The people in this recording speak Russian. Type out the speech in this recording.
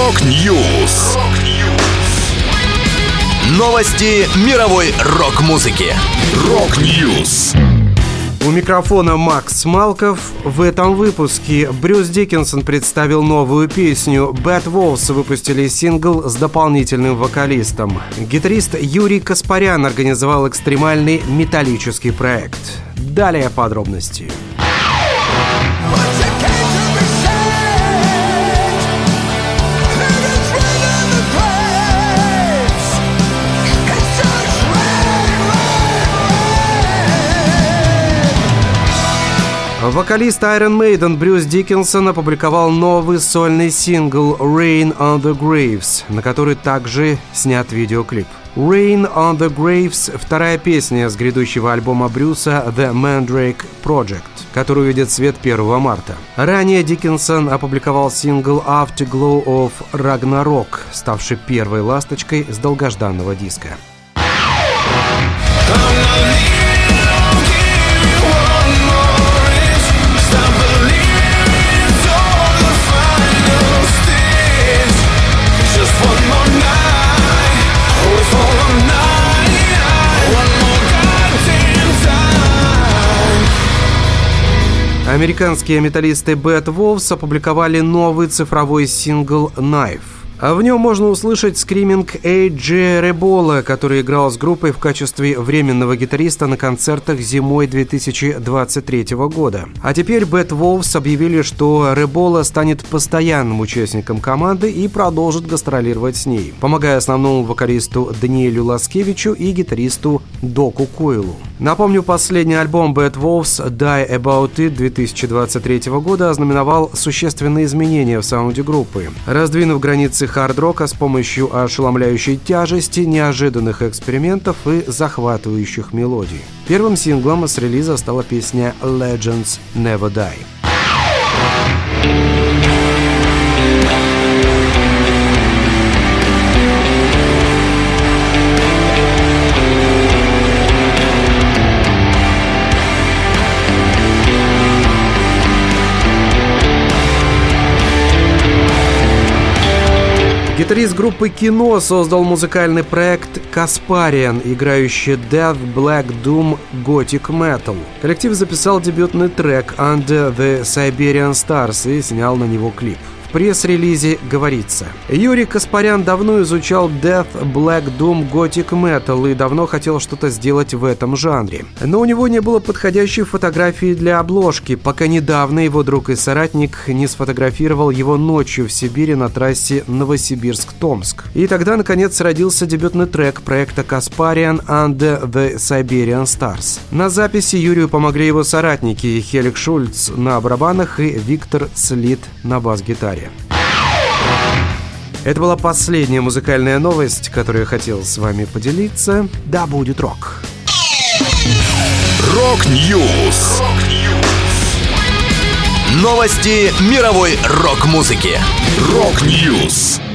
Рок-Ньюс. Новости мировой рок-музыки. Рок-Ньюс. У микрофона Макс Малков. В этом выпуске Брюс Диккинсон представил новую песню. Bad Wolves выпустили сингл с дополнительным вокалистом. Гитарист Юрий Каспарян организовал экстремальный металлический проект. Далее подробности. Вокалист Iron Maiden Брюс Диккинсон опубликовал новый сольный сингл «Rain on the Graves», на который также снят видеоклип. «Rain on the Graves» — вторая песня с грядущего альбома Брюса «The Mandrake Project», который увидит свет 1 марта. Ранее Диккинсон опубликовал сингл «Afterglow of Ragnarok», ставший первой ласточкой с долгожданного диска. Американские металлисты Bad Wolves опубликовали новый цифровой сингл «Knife». В нем можно услышать скриминг Эйджи Ребола, который играл с группой в качестве временного гитариста на концертах зимой 2023 года. А теперь Bad Wolves объявили, что Ребола станет постоянным участником команды и продолжит гастролировать с ней, помогая основному вокалисту Даниэлю Ласкевичу и гитаристу Доку Койлу. Напомню, последний альбом Bad Wolves «Die About It» 2023 года ознаменовал существенные изменения в саунде группы, раздвинув границы хард-рока с помощью ошеломляющей тяжести, неожиданных экспериментов и захватывающих мелодий. Первым синглом с релиза стала песня «Legends Never Die». Гитарист группы «Кино» создал музыкальный проект «Каспариан», играющий Death, Black Doom, Gothic Metal. Коллектив записал дебютный трек «Under the Siberian Stars» и снял на него клип. В пресс-релизе говорится: Юрий Каспарян давно изучал Death, Black Doom, Gothic Metal и давно хотел что-то сделать в этом жанре. Но у него не было подходящей фотографии для обложки, пока недавно его друг и соратник не сфотографировал его ночью в Сибири на трассе Новосибирск-Томск. И тогда, наконец, родился дебютный трек проекта Каспариан «Under the Siberian Stars». На записи Юрию помогли его соратники Хелик Шульц на барабанах и Виктор Слит на бас-гитаре. Это была последняя музыкальная новость, которую я хотел с вами поделиться. Да будет рок! Рок-Ньюс. Новости мировой рок-музыки. Рок-Ньюс.